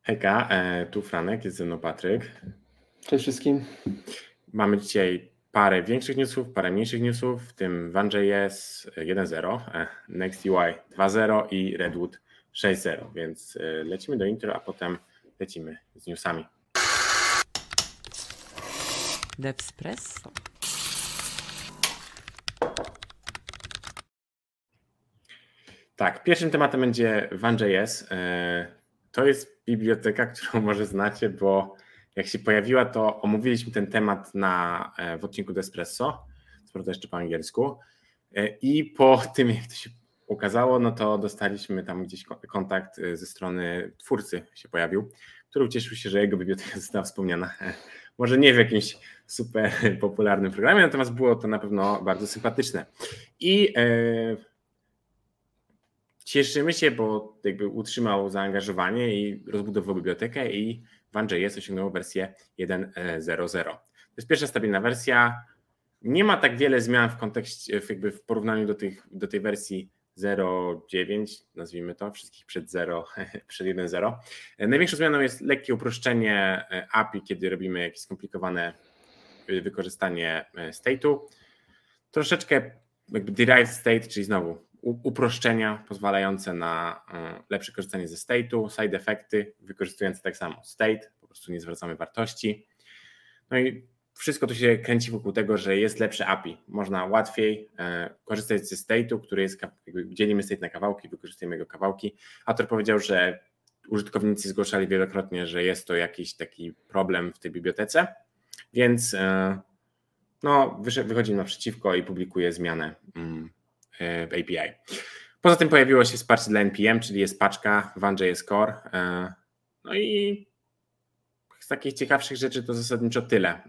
Hejka, tu Franek, jest ze mną Patryk. Cześć wszystkim. Mamy dzisiaj parę większych newsów, parę mniejszych newsów, w tym Vue.js 1.0, NextUI 2.0 i Redwood 6.0, więc lecimy do intro, a potem lecimy z newsami. Devspresso. Tak, pierwszym tematem będzie Vue.js. To jest biblioteka, którą może znacie, bo jak się pojawiła, to omówiliśmy ten temat w odcinku Devspresso, co prawda jeszcze po angielsku, i po tym, jak to się ukazało, no to dostaliśmy tam gdzieś kontakt ze strony twórcy się pojawił, który ucieszył się, że jego biblioteka została wspomniana. Może nie w jakimś super popularnym programie, natomiast było to na pewno bardzo sympatyczne. I cieszymy się, bo jakby utrzymał zaangażowanie i rozbudował bibliotekę i Vue.js osiągnął wersję 1.0.0. To jest pierwsza stabilna wersja. Nie ma tak wiele zmian w kontekście, jakby w porównaniu do tej wersji 0.9, nazwijmy to, wszystkich przed 0, przed 1.0. Największą zmianą jest lekkie uproszczenie API, kiedy robimy jakieś skomplikowane wykorzystanie state'u. Troszeczkę jakby derived state, czyli znowu uproszczenia pozwalające na lepsze korzystanie ze state'u, side efekty wykorzystujące tak samo state, po prostu nie zwracamy wartości. No i wszystko tu się kręci wokół tego, że jest lepsze API. Można łatwiej korzystać ze state'u, który jest, jakby dzielimy state na kawałki, wykorzystujemy jego kawałki. Autor powiedział, że użytkownicy zgłaszali wielokrotnie, że jest to jakiś taki problem w tej bibliotece, więc no, wychodzi naprzeciwko i publikuje zmianę w API. Poza tym pojawiło się wsparcie dla NPM, czyli jest paczka Vue.js Core. No i z takich ciekawszych rzeczy to zasadniczo tyle.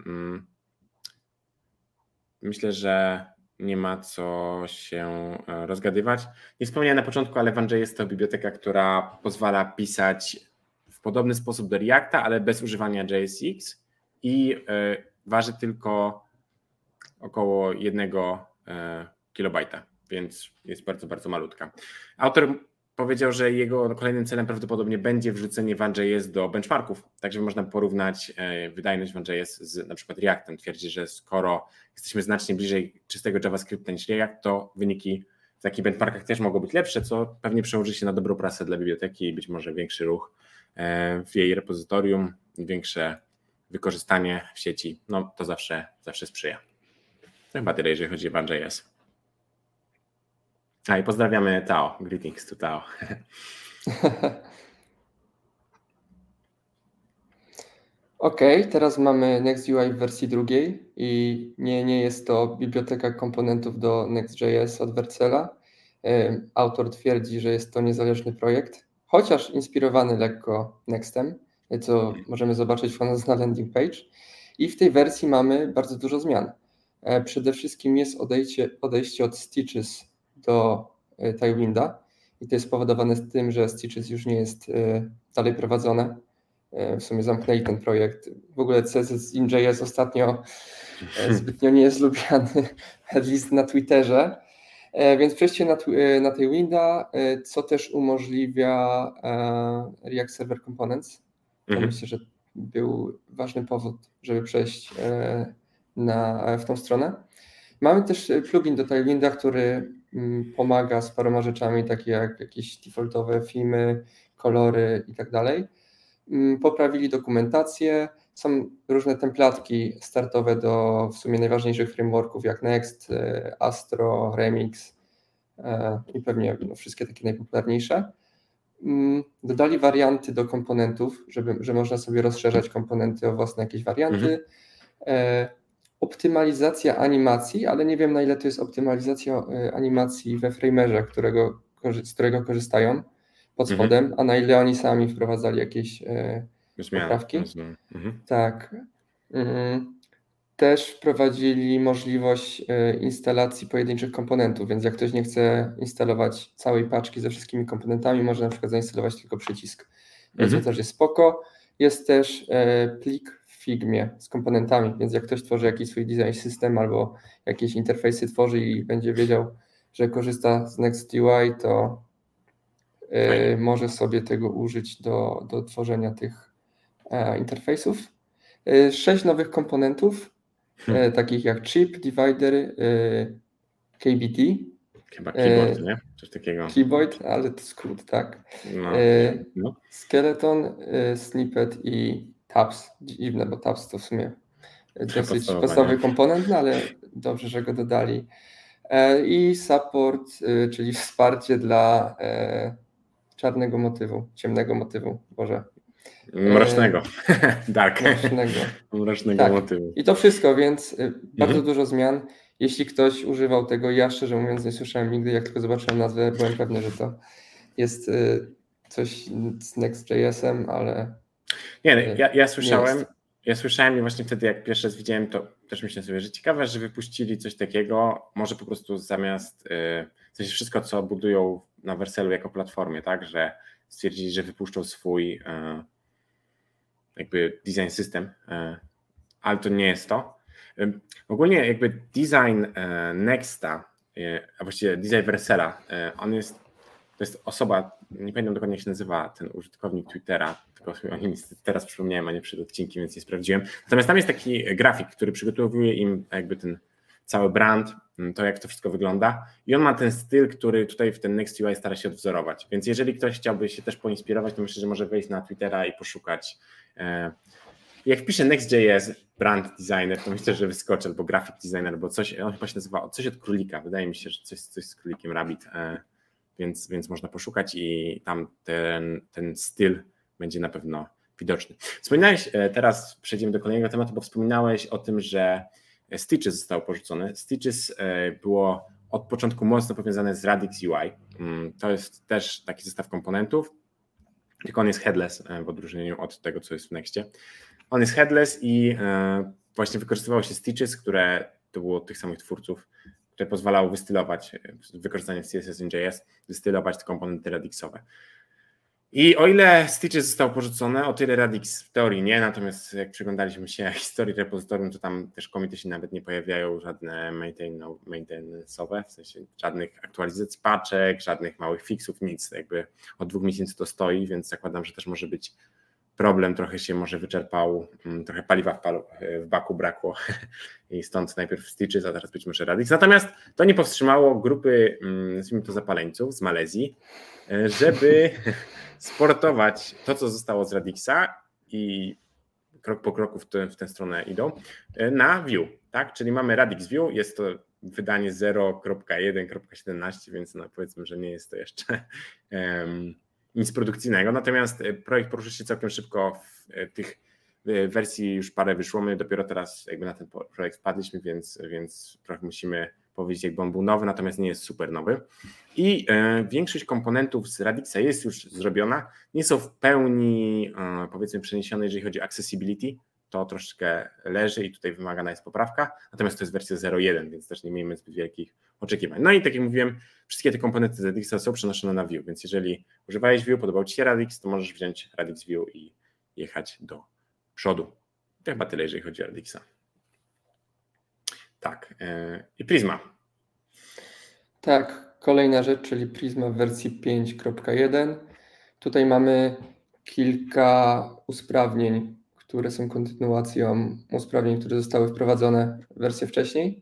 Myślę, że nie ma co się rozgadywać. Nie wspomniałem na początku, ale Vue.js to biblioteka, która pozwala pisać w podobny sposób do Reacta, ale bez używania JSX i waży tylko około 1 kilobajta, więc jest bardzo, bardzo malutka. Autor powiedział, że jego kolejnym celem prawdopodobnie będzie wrzucenie Vue.js do benchmarków, tak żeby można porównać wydajność Vue.js z na przykład Reactem. Twierdzi, że skoro jesteśmy znacznie bliżej czystego JavaScripta niż React, to wyniki w takich benchmarkach też mogą być lepsze, co pewnie przełoży się na dobrą prasę dla biblioteki i być może większy ruch w jej repozytorium, większe wykorzystanie w sieci. No to zawsze sprzyja. To chyba tyle, jeżeli chodzi o Vue.js. I pozdrawiamy Tao. Greetings to Tao. Okej, teraz mamy NextUI w wersji drugiej i nie jest to biblioteka komponentów do Next.js od Vercela. Autor twierdzi, że jest to niezależny projekt, chociaż inspirowany lekko Nextem, co możemy zobaczyć wchodząc na landing page. I w tej wersji mamy bardzo dużo zmian. Przede wszystkim jest odejście od Stitches do Tailwinda i to jest spowodowane z tym, że Stitches już nie jest dalej prowadzone. W sumie zamknęli ten projekt. W ogóle CSS in JS ostatnio zbytnio nie jest lubiany, at least na Twitterze. Więc przejście na Tailwinda, co też umożliwia React Server Components. To myślę, że był ważny powód, żeby przejść w tą stronę. Mamy też plugin do Tailwinda, który pomaga z paroma rzeczami, takie jak jakieś defaultowe filmy, kolory i tak dalej. Poprawili dokumentację, są różne templatki startowe do w sumie najważniejszych frameworków jak Next, Astro, Remix i pewnie wszystkie takie najpopularniejsze. Dodali warianty do komponentów, że można sobie rozszerzać komponenty o własne jakieś warianty. Optymalizacja animacji, ale nie wiem na ile to jest optymalizacja animacji we Framerze, z którego korzystają pod spodem, a na ile oni sami wprowadzali jakieś poprawki. Tak. Też wprowadzili możliwość instalacji pojedynczych komponentów, więc jak ktoś nie chce instalować całej paczki ze wszystkimi komponentami, może na przykład zainstalować tylko przycisk. Więc to też jest spoko. Jest też plik w Figmie z komponentami, więc jak ktoś tworzy jakiś swój design system albo jakieś interfejsy tworzy i będzie wiedział, że korzysta z NextUI, to Fajnie. może sobie tego użyć do tworzenia tych interfejsów. 6 nowych komponentów, takich jak chip, divider, KBT, Chyba keyboard, nie? Coś takiego. keyboard, ale to skrót, tak. No. Skeleton, snippet i tabs. Dziwne, bo tabs to w sumie dosyć podstawowy komponent, no ale dobrze, że go dodali. I support, czyli wsparcie dla czarnego motywu, ciemnego motywu, Boże. Mrocznego. Dark. Mrocznego tak. motywu. I to wszystko, więc bardzo dużo zmian. Jeśli ktoś używał tego, ja szczerze mówiąc nie słyszałem nigdy, jak tylko zobaczyłem nazwę, byłem pewny, że to jest coś z Next.js-em, ale Nie, ja słyszałem. Ja słyszałem i właśnie wtedy, jak pierwszy raz widziałem, to też myślałem sobie, że ciekawe, że wypuścili coś takiego, może po prostu zamiast w sensie wszystko, co budują na Vercelu jako platformie, tak, że stwierdzili, że wypuszczą swój jakby design system, ale to nie jest to. Ogólnie jakby design Nexta, a właściwie design Vercela, to jest osoba, nie pamiętam dokładnie jak się nazywa ten użytkownik Twittera, tylko o nim teraz przypomniałem, a nie przed odcinkiem, więc nie sprawdziłem. Natomiast tam jest taki grafik, który przygotowuje im jakby ten cały brand, to jak to wszystko wygląda i on ma ten styl, który tutaj w ten Next UI stara się odwzorować, więc jeżeli ktoś chciałby się też poinspirować, to myślę, że może wejść na Twittera i poszukać. Jak wpiszę Next.js brand designer, to myślę, że wyskoczy albo graphic designer, albo coś, on chyba się nazywa coś od królika, wydaje mi się, że coś z królikiem Rabbit, więc można poszukać i tam ten styl będzie na pewno widoczny. Wspominałeś, teraz przejdziemy do kolejnego tematu, bo wspominałeś o tym, że Stitches zostało porzucone. Stitches było od początku mocno powiązane z Radix UI. To jest też taki zestaw komponentów, tylko on jest headless w odróżnieniu od tego, co jest w Nexcie. On jest headless i właśnie wykorzystywało się Stitches, które to było tych samych twórców, które pozwalało wystylować, z wykorzystaniem CSS in JS, wystylować te komponenty Radixowe. I o ile Stitches zostało porzucone, o tyle Radix w teorii nie, natomiast jak przyglądaliśmy się historii repozytorium, to tam też komity się nawet nie pojawiają, żadne maintenance'owe, w sensie żadnych aktualizacji paczek, żadnych małych fixów, nic, jakby od 2 miesięcy to stoi, więc zakładam, że też może być problem, trochę się może wyczerpał, trochę paliwa w baku brakło i stąd najpierw Stitches, a teraz być może Radix. Natomiast to nie powstrzymało grupy, nazwijmy to zapaleńców z Malezji, żeby sportować to, co zostało z Radixa i krok po kroku w tę stronę idą, na Vue, tak? Czyli mamy Radix Vue, jest to wydanie 0.1.17, więc no powiedzmy, że nie jest to jeszcze nic produkcyjnego, natomiast projekt poruszył się całkiem szybko w tych wersji, już parę wyszło, my dopiero teraz jakby na ten projekt wpadliśmy, więc trochę musimy powiedzieć, jakby on był nowy, natomiast nie jest super nowy. I większość komponentów z Radixa jest już zrobiona, nie są w pełni powiedzmy przeniesione, jeżeli chodzi o accessibility, to troszeczkę leży i tutaj wymagana jest poprawka, natomiast to jest wersja 0.1, więc też nie miejmy zbyt wielkich oczekiwań. No i tak jak mówiłem, wszystkie te komponenty z Radixa są przenoszone na Vue, więc jeżeli używałeś Vue, podobał Ci się Radix, to możesz wziąć Radix Vue i jechać do przodu. To chyba tyle, jeżeli chodzi o Radixa. Tak, i Prisma. Tak, kolejna rzecz, czyli Prisma w wersji 5.1. Tutaj mamy kilka usprawnień, które są kontynuacją usprawnień, które zostały wprowadzone w wersję wcześniej.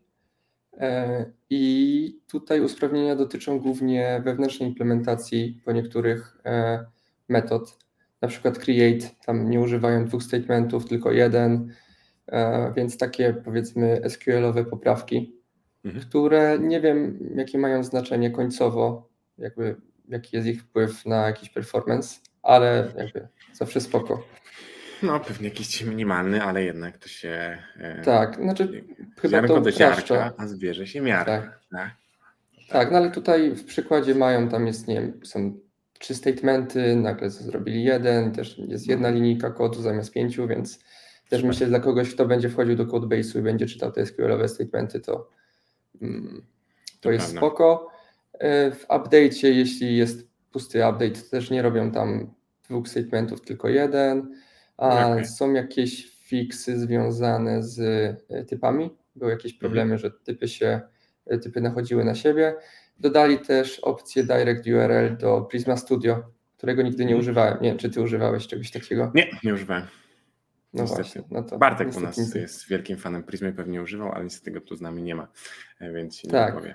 I tutaj usprawnienia dotyczą głównie wewnętrznej implementacji po niektórych metod. Na przykład create, tam nie używają 2 statementów, tylko 1, więc takie powiedzmy SQL-owe poprawki, które nie wiem jakie mają znaczenie końcowo, jakby jaki jest ich wpływ na jakiś performance, ale jakby zawsze spoko. No pewnie jakiś minimalny, ale jednak to się... Tak, znaczy chyba ziarnko to do upraszcza. ziarka, a zbierze się miarka. Tak, no ale tutaj w przykładzie mają, tam jest, nie wiem, są 3 statementy, nagle zrobili 1, też jest jedna linijka kodu zamiast 5, więc też myślę, dla kogoś, kto będzie wchodził do codebase'u i będzie czytał te SQL-owe statementy, to jest spoko. W update'cie, jeśli jest pusty update, to też nie robią tam 2 statementów, tylko 1, a są jakieś fixy związane z typami, były jakieś problemy, że typy nachodziły na siebie, Dodali też opcję Direct URL do Prisma Studio, którego nigdy nie używałem. Nie wiem, czy ty używałeś czegoś takiego? Nie używałem. No Niestety. właśnie. No to Bartek u niestety nas nic. jest wielkim fanem Prismy, pewnie używał, ale niestety go tu z nami nie ma, więc się nie Tak. wypowie.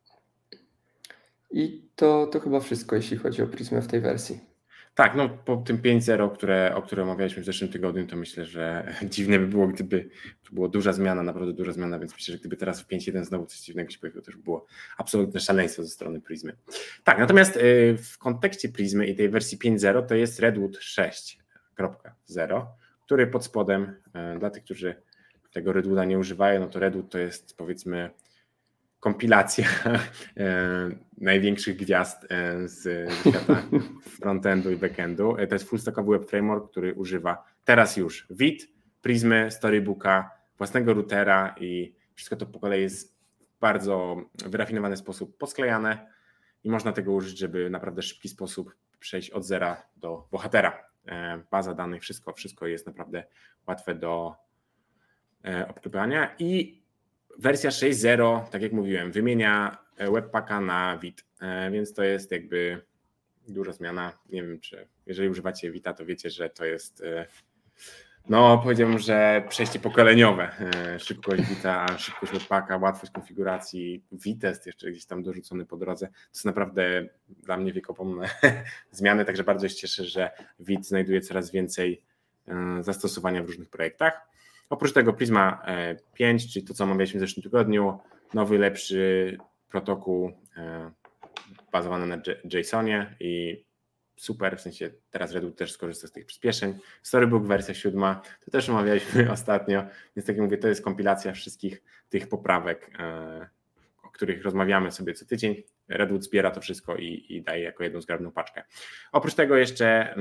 I to chyba wszystko, jeśli chodzi o Prismę w tej wersji. Tak, no po tym 5.0, o którym omawialiśmy w zeszłym tygodniu, to myślę, że dziwne by było, gdyby to była duża zmiana, naprawdę duża zmiana, więc myślę, że gdyby teraz w 5.1 znowu coś dziwnego się pojawiło, to już było absolutne szaleństwo ze strony Prismy. Tak, natomiast w kontekście Prismy i tej wersji 5.0 to jest Redwood 6.0, który pod spodem, dla tych, którzy tego Redwooda nie używają, no to Redwood to jest, powiedzmy, kompilacja największych gwiazd z świata frontendu i backendu. To jest full-stackowy web framework, który używa teraz już Vite, Prismy, Storybooka, własnego routera i wszystko to po kolei jest w bardzo wyrafinowany sposób posklejane i można tego użyć, żeby w naprawdę szybki sposób przejść od zera do bohatera. Baza danych, wszystko jest naprawdę łatwe do obklepania i wersja 6.0, tak jak mówiłem, wymienia Webpacka na Vite, więc to jest jakby duża zmiana. Nie wiem, czy jeżeli używacie Vita, to wiecie, że to jest, no powiedziałbym, że przejście pokoleniowe. Szybkość Vita, szybkość Webpacka, łatwość konfiguracji, Vitest jeszcze gdzieś tam dorzucony po drodze. To są naprawdę dla mnie wiekopomne zmiany, także bardzo się cieszę, że Vite znajduje coraz więcej zastosowania w różnych projektach. Oprócz tego Prisma 5, czyli to, co omawialiśmy w zeszłym tygodniu, nowy, lepszy protokół bazowany na JSONie i super, w sensie teraz Redwood też skorzysta z tych przyspieszeń. Storybook wersja 7, to też omawialiśmy ostatnio, więc tak jak mówię, to jest kompilacja wszystkich tych poprawek, o których rozmawiamy sobie co tydzień. Redwood zbiera to wszystko i daje jako jedną zgrabną paczkę. Oprócz tego jeszcze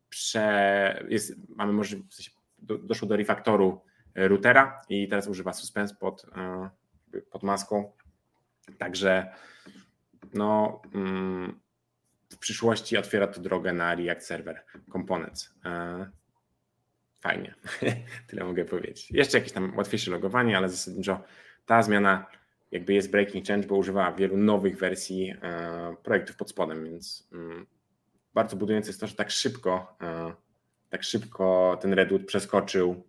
mamy możliwość, w sensie doszło do refaktoru routera i teraz używa Suspense pod maską. Także no, w przyszłości otwiera to drogę na React Server Components. Fajnie, tyle mogę powiedzieć. Jeszcze jakieś tam łatwiejsze logowanie, ale zasadniczo ta zmiana jakby jest breaking change, bo używa wielu nowych wersji projektów pod spodem, więc bardzo budujące jest to, że tak szybko ten Redwood przeskoczył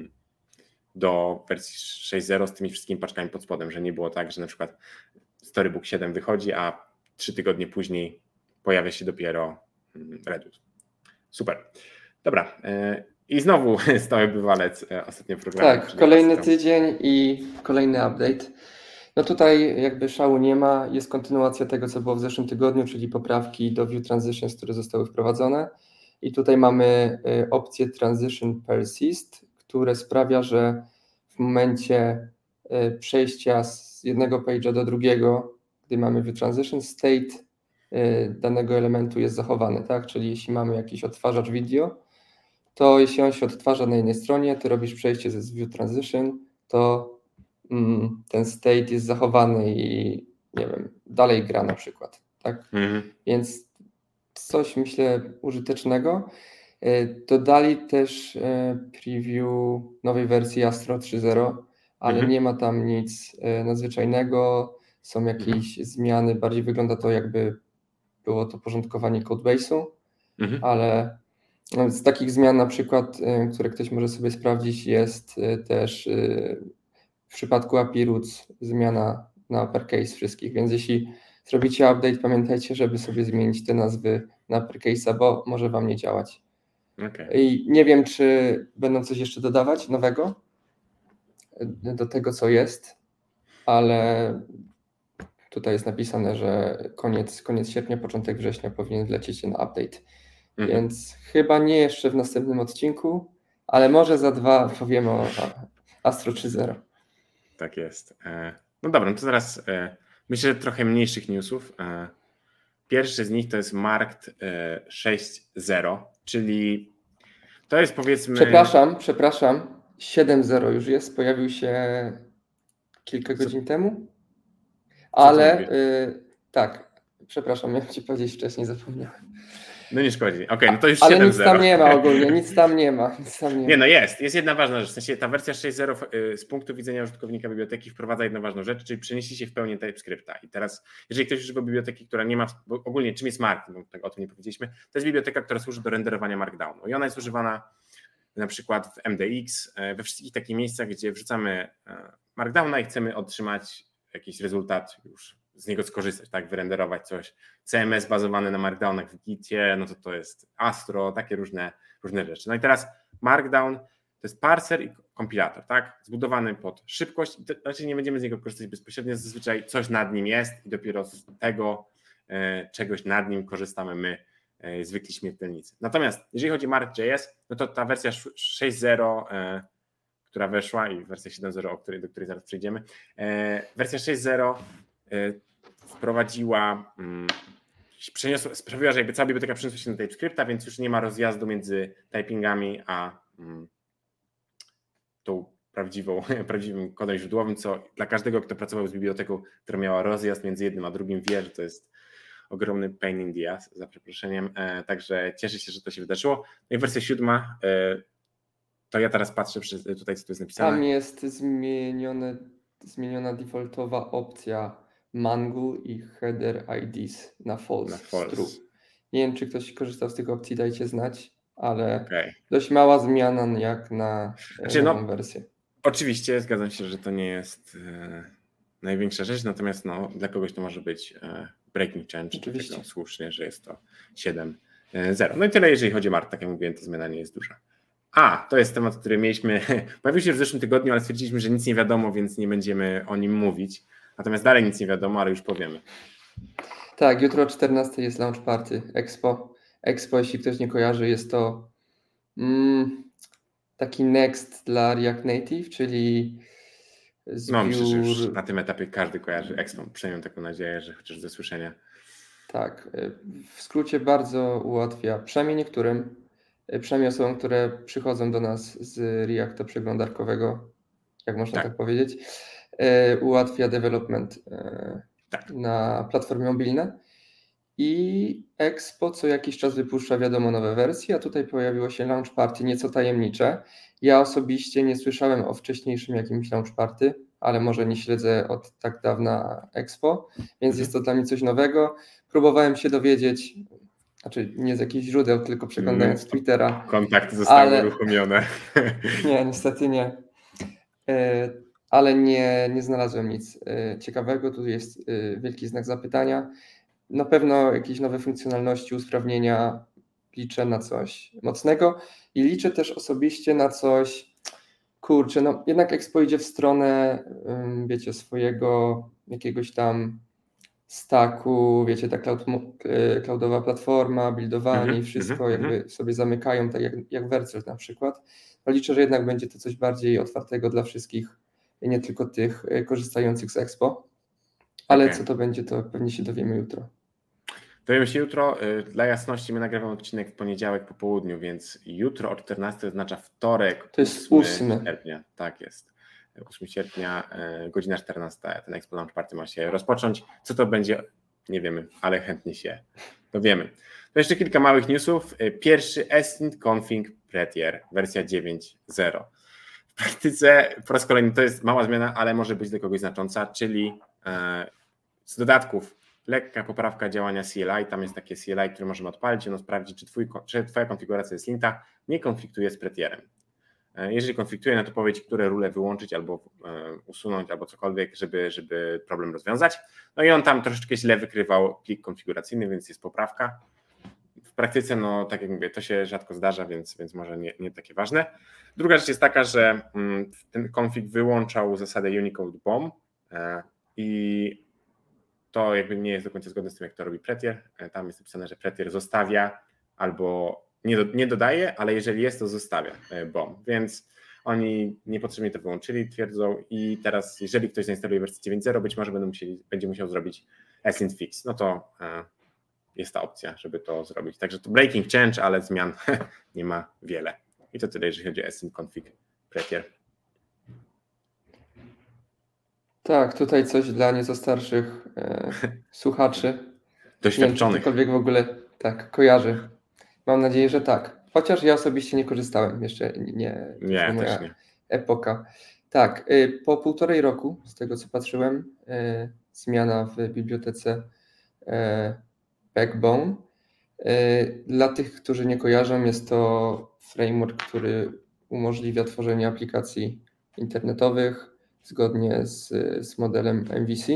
do wersji 6.0 z tymi wszystkimi paczkami pod spodem, że nie było tak, że na przykład Storybook 7 wychodzi, a 3 tygodnie później pojawia się dopiero Redwood. Super. Dobra. I znowu stały bywalec ostatnio w programie. Tak, kolejny tydzień i kolejny update. No tutaj jakby szału nie ma, jest kontynuacja tego, co było w zeszłym tygodniu, czyli poprawki do View Transitions, które zostały wprowadzone. I tutaj mamy opcję Transition Persist, które sprawia, że w momencie przejścia z jednego page'a do drugiego, gdy mamy View Transition, state danego elementu jest zachowany, tak? Czyli jeśli mamy jakiś odtwarzacz video, to jeśli on się odtwarza na jednej stronie, ty robisz przejście ze View Transition, to ten state jest zachowany i nie wiem, dalej gra na przykład, tak? Więc coś myślę użytecznego. Dodali też preview nowej wersji Astro 3.0, ale nie ma tam nic nadzwyczajnego, są jakieś zmiany, bardziej wygląda to jakby było to porządkowanie codebase'u, ale z takich zmian na przykład, które ktoś może sobie sprawdzić, jest też w przypadku API Roots zmiana na uppercase wszystkich, więc jeśli zrobicie update, pamiętajcie, żeby sobie zmienić te nazwy na uppercase'a, bo może Wam nie działać. Okay. I nie wiem, czy będą coś jeszcze dodawać nowego do tego, co jest, ale tutaj jest napisane, że koniec sierpnia, początek września powinien wlecieć ten update. Więc chyba nie jeszcze w następnym odcinku, ale może za 2 powiemy o Astro 3.0. Tak jest. No dobra, no to teraz myślę, że trochę mniejszych newsów. Pierwszy z nich to jest Markt 6.0, czyli to jest powiedzmy... Przepraszam, 7.0 już jest, pojawił się kilka godzin temu, ale tak, przepraszam, miałem Ci powiedzieć wcześniej, zapomniałem. No nie szkodzi. Okej, no to już Ale 7.0. nic tam nie ma ogólnie, nic tam nie ma. Nie, no jest jedna ważna rzecz, w sensie ta wersja 6.0 z punktu widzenia użytkownika biblioteki wprowadza jedną ważną rzecz, czyli przeniesie się w pełni TypeScripta. I teraz, jeżeli ktoś używa biblioteki, która nie ma, bo ogólnie czym jest Mark, bo tego o tym nie powiedzieliśmy, to jest biblioteka, która służy do renderowania Markdownu i ona jest używana na przykład w MDX, we wszystkich takich miejscach, gdzie wrzucamy Markdowna i chcemy otrzymać jakiś rezultat, już z niego skorzystać, tak, wyrenderować coś. CMS bazowany na Markdownach w Gitie, no to jest Astro, takie różne rzeczy. No i teraz Markdown to jest parser i kompilator, tak, zbudowany pod szybkość, raczej nie będziemy z niego korzystać bezpośrednio, zazwyczaj coś nad nim jest i dopiero z tego czegoś nad nim korzystamy my, zwykli śmiertelnicy. Natomiast jeżeli chodzi o Mark.js, no to ta wersja 6.0, która weszła i wersja 7.0, do której zaraz przejdziemy, wersja 6.0 wprowadziła, sprawiła, że jakby cała biblioteka przeniosła się na TypeScripta, więc już nie ma rozjazdu między typingami a tą prawdziwym kodem źródłowym, co dla każdego, kto pracował z biblioteką, która miała rozjazd między jednym a drugim, wie, że to jest ogromny pain in the ass, za przeproszeniem, także cieszę się, że to się wydarzyło. No i wersja 7, to ja teraz patrzę tutaj, co tu jest napisane. Tam jest zmieniona defaultowa opcja Mangle i header IDs na false. True. Nie wiem, czy ktoś korzystał z tych opcji, dajcie znać, ale dość mała zmiana jak na nową wersję. Oczywiście zgadzam się, że to nie jest największa rzecz, natomiast dla kogoś to może być breaking change. Oczywiście. Słusznie, że jest to 7.0. No i tyle, jeżeli chodzi o Mark, tak jak mówiłem, to zmiana nie jest duża. To jest temat, który pojawił się w zeszłym tygodniu, ale stwierdziliśmy, że nic nie wiadomo, więc nie będziemy o nim mówić. Natomiast dalej nic nie wiadomo, ale już powiemy. Tak, jutro o 14 jest launch party Expo. Expo, jeśli ktoś nie kojarzy, jest to taki next dla React Native, czyli zbiór... Myślę, że już na tym etapie każdy kojarzy Expo. Przynajmniej taką nadzieję, że chociaż ze słyszenia. Tak, w skrócie bardzo ułatwia, przynajmniej niektórym, przynajmniej osobom, które przychodzą do nas z Reacta przeglądarkowego, jak można tak powiedzieć, ułatwia development na platformy mobilne i Expo co jakiś czas wypuszcza nowe wersje, a tutaj pojawiło się launch party nieco tajemnicze. Ja osobiście nie słyszałem o wcześniejszym jakimś launch party, ale może nie śledzę od tak dawna Expo, więc jest to dla mnie coś nowego. Próbowałem się dowiedzieć, znaczy nie z jakichś źródeł, tylko przeglądając Twittera. Kontakty zostały uruchomione. Nie, niestety nie. Ale nie znalazłem nic ciekawego. Tu jest wielki znak zapytania. Na pewno jakieś nowe funkcjonalności, usprawnienia. Liczę na coś mocnego i liczę też osobiście na coś, jednak Expo idzie w stronę, wiecie, swojego jakiegoś tam stacku, wiecie, ta cloudowa platforma, buildowanie i wszystko jakby sobie zamykają, tak jak Vercel na przykład. Liczę, że jednak będzie to coś bardziej otwartego dla wszystkich, nie tylko tych korzystających z Expo, ale co to będzie, to pewnie się dowiemy jutro. Dowiemy się jutro. Dla jasności my nagrywamy odcinek w poniedziałek po południu, więc jutro o 14 oznacza wtorek. To jest 8 sierpnia. Tak jest. 8 sierpnia, godzina 14. Ten Expo Launch Party ma się rozpocząć. Co to będzie? Nie wiemy, ale chętnie się dowiemy. To jeszcze kilka małych newsów. Pierwszy async config prettier, wersja 9.0. W praktyce po raz kolejny to jest mała zmiana, ale może być dla kogoś znacząca, czyli z dodatków lekka poprawka działania CLI. Tam jest takie CLI, które możemy odpalić. Ono sprawdzi, czy twoja konfiguracja jest linta nie konfliktuje z prettierem. Jeżeli konfliktuje, no to powiedz, które rule wyłączyć albo usunąć, albo cokolwiek, żeby problem rozwiązać. No i on tam troszeczkę źle wykrywał plik konfiguracyjny, więc jest poprawka. W praktyce, no tak jak mówię, to się rzadko zdarza, więc może nie takie ważne. Druga rzecz jest taka, że ten konfig wyłączał zasadę Unicode BOM i to jakby nie jest do końca zgodne z tym, jak to robi Prettier. Tam jest napisane, że Prettier zostawia albo nie dodaje, ale jeżeli jest, to zostawia BOM, więc oni niepotrzebnie to wyłączyli, twierdzą i teraz jeżeli ktoś zainstaluje wersję 9.0, być może będzie musiał zrobić async fix, no to jest ta opcja, żeby to zrobić. Także to breaking change, ale zmian nie ma wiele. I to tyle, jeżeli chodzi o async config Prettier. Tak, tutaj coś dla nieco starszych słuchaczy. Doświadczonych. Nie wiem, czy ktokolwiek w ogóle tak kojarzy Mam nadzieję, że tak. Chociaż ja osobiście nie korzystałem, jeszcze nie Nie, moja też nie. epoka. Tak, po 1,5 roku, z tego co patrzyłem, zmiana w bibliotece Backbone. Dla tych, którzy nie kojarzą, jest to framework, który umożliwia tworzenie aplikacji internetowych zgodnie z modelem MVC.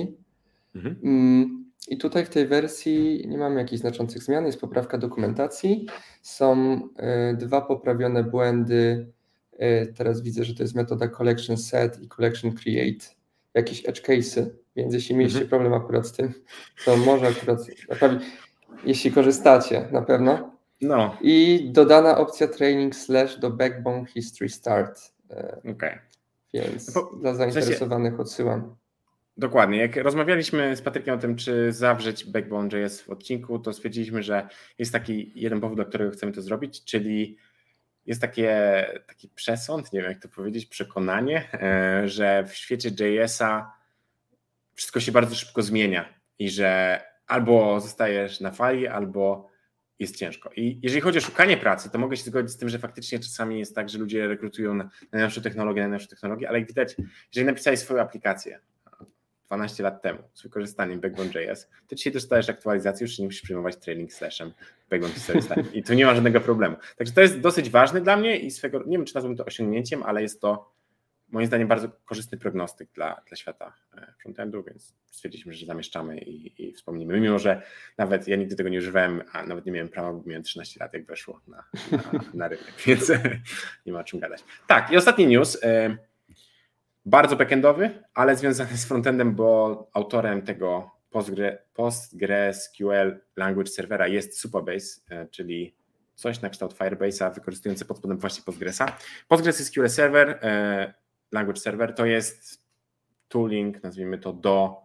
I tutaj w tej wersji nie mamy jakichś znaczących zmian, jest poprawka dokumentacji, są 2 poprawione błędy. Teraz widzę, że to jest metoda collection set i collection create, jakieś edge case'y, więc jeśli mieliście problem akurat z tym, to może akurat naprawić, jeśli korzystacie na pewno. No, I dodana opcja training / do Backbone History Start, okej. więc No dla zainteresowanych odsyłam. Dokładnie. Jak rozmawialiśmy z Patrykiem o tym, czy zawrzeć Backbone.js w odcinku, to stwierdziliśmy, że jest taki jeden powód, dla którego chcemy to zrobić, czyli jest taki przesąd, nie wiem jak to powiedzieć, przekonanie, że w świecie JS-a wszystko się bardzo szybko zmienia i że albo zostajesz na fali, albo jest ciężko. I jeżeli chodzi o szukanie pracy, to mogę się zgodzić z tym, że faktycznie czasami jest tak, że ludzie rekrutują na najnowszą technologię, ale jak widać, jeżeli napisałeś swoją aplikację 12 lat temu z wykorzystaniem Backbone.js, to dzisiaj dostajesz aktualizację, już nie musisz przyjmować trailing slashem Backbone History Start i tu nie ma żadnego problemu. Także to jest dosyć ważne dla mnie i nie wiem, czy nazwałbym to osiągnięciem, ale jest to moim zdaniem bardzo korzystny prognostyk dla świata frontendu, więc stwierdziliśmy, że zamieszczamy i wspomnimy. Mimo że nawet ja nigdy tego nie używałem, a nawet nie miałem prawa, bo miałem 13 lat, jak weszło na rynek, więc nie ma o czym gadać. Tak, i ostatni news, bardzo backendowy, ale związany z frontendem, bo autorem tego PostgreSQL Language Servera jest Supabase, czyli coś na kształt Firebase'a wykorzystujące pod spodem właśnie Postgresa. PostgreSQL Server, Language Server to jest tooling, nazwijmy to, do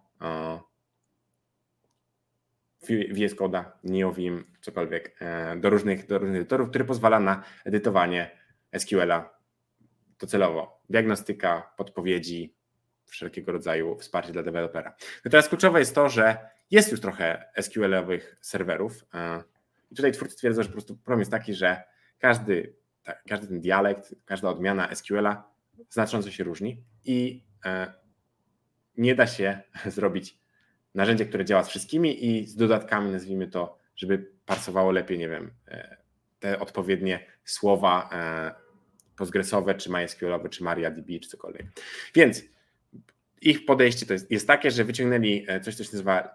VS Code'a, NeoVim, cokolwiek, do różnych edytorów, który pozwala na edytowanie SQL-a docelowo. Diagnostyka, podpowiedzi, wszelkiego rodzaju wsparcie dla dewelopera. No teraz kluczowe jest to, że jest już trochę SQL-owych serwerów i tutaj twórcy twierdzą, że po prostu problem jest taki, że każdy ten dialekt, każda odmiana SQL-a znacząco się różni i nie da się zrobić narzędzia, które działa z wszystkimi i z dodatkami, nazwijmy to, żeby parsowało lepiej, nie wiem, te odpowiednie słowa postgresowe, czy MySQL-owe, czy MariaDB, czy cokolwiek. Więc ich podejście to jest takie, że wyciągnęli coś, co się nazywa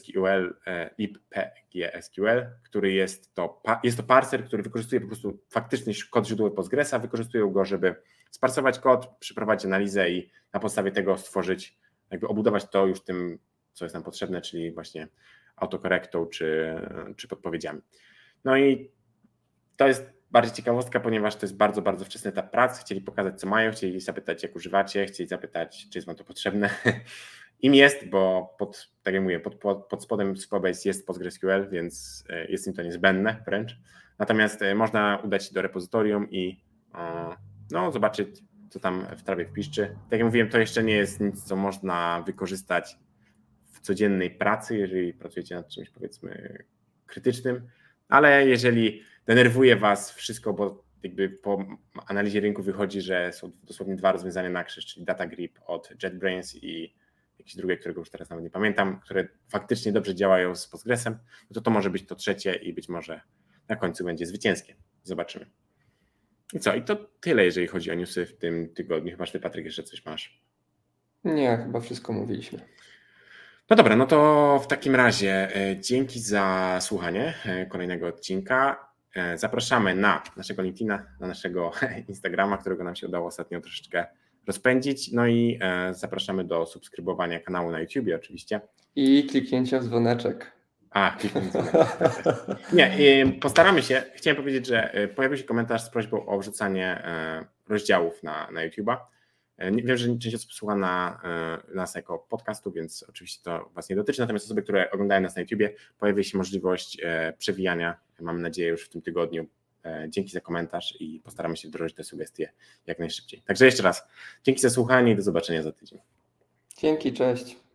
libpgsql, który jest to parser, który wykorzystuje po prostu faktyczny kod źródłowy Postgresa, wykorzystują go, żeby sparsować kod, przeprowadzić analizę i na podstawie tego stworzyć, jakby obudować to już tym, co jest nam potrzebne, czyli właśnie autokorektą czy podpowiedziami. No i to jest bardziej ciekawostka, ponieważ to jest bardzo, bardzo wczesny etap pracy. Chcieli pokazać, co mają, chcieli zapytać, jak używacie, chcieli zapytać, czy jest wam to potrzebne. Im jest, bo tak jak mówię, pod spodem Supabase jest PostgreSQL, więc jest im to niezbędne wręcz. Natomiast można udać się do repozytorium i zobaczyć, co tam w trawie piszczy. Tak jak mówiłem, to jeszcze nie jest nic, co można wykorzystać w codziennej pracy, jeżeli pracujecie nad czymś, powiedzmy, krytycznym, ale jeżeli denerwuje was wszystko, bo jakby po analizie rynku wychodzi, że są dosłownie 2 rozwiązania na krzyż, czyli DataGrip od JetBrains i jakieś drugie, którego już teraz nawet nie pamiętam, które faktycznie dobrze działają z Postgresem, no to może być to trzecie i być może na końcu będzie zwycięskie. Zobaczymy. I co? I to tyle, jeżeli chodzi o newsy w tym tygodniu. Chyba, że ty, Patryk, jeszcze coś masz. Nie, chyba wszystko mówiliśmy. No dobra, no to w takim razie dzięki za słuchanie kolejnego odcinka. Zapraszamy na naszego LinkedIna, na naszego Instagrama, którego nam się udało ostatnio troszeczkę rozpędzić. No i zapraszamy do subskrybowania kanału na YouTubie oczywiście. I kliknięcia w dzwoneczek. Kliknij w dzwoneczek. Nie, postaramy się. Chciałem powiedzieć, że pojawił się komentarz z prośbą o wrzucanie rozdziałów na YouTube'a. Wiem, że część osób słucha nas jako podcastu, więc oczywiście to was nie dotyczy, natomiast osoby, które oglądają nas na YouTubie, pojawi się możliwość przewijania, mamy nadzieję już w tym tygodniu. Dzięki za komentarz i postaramy się wdrożyć te sugestie jak najszybciej. Także jeszcze raz, dzięki za słuchanie i do zobaczenia za tydzień. Dzięki, cześć.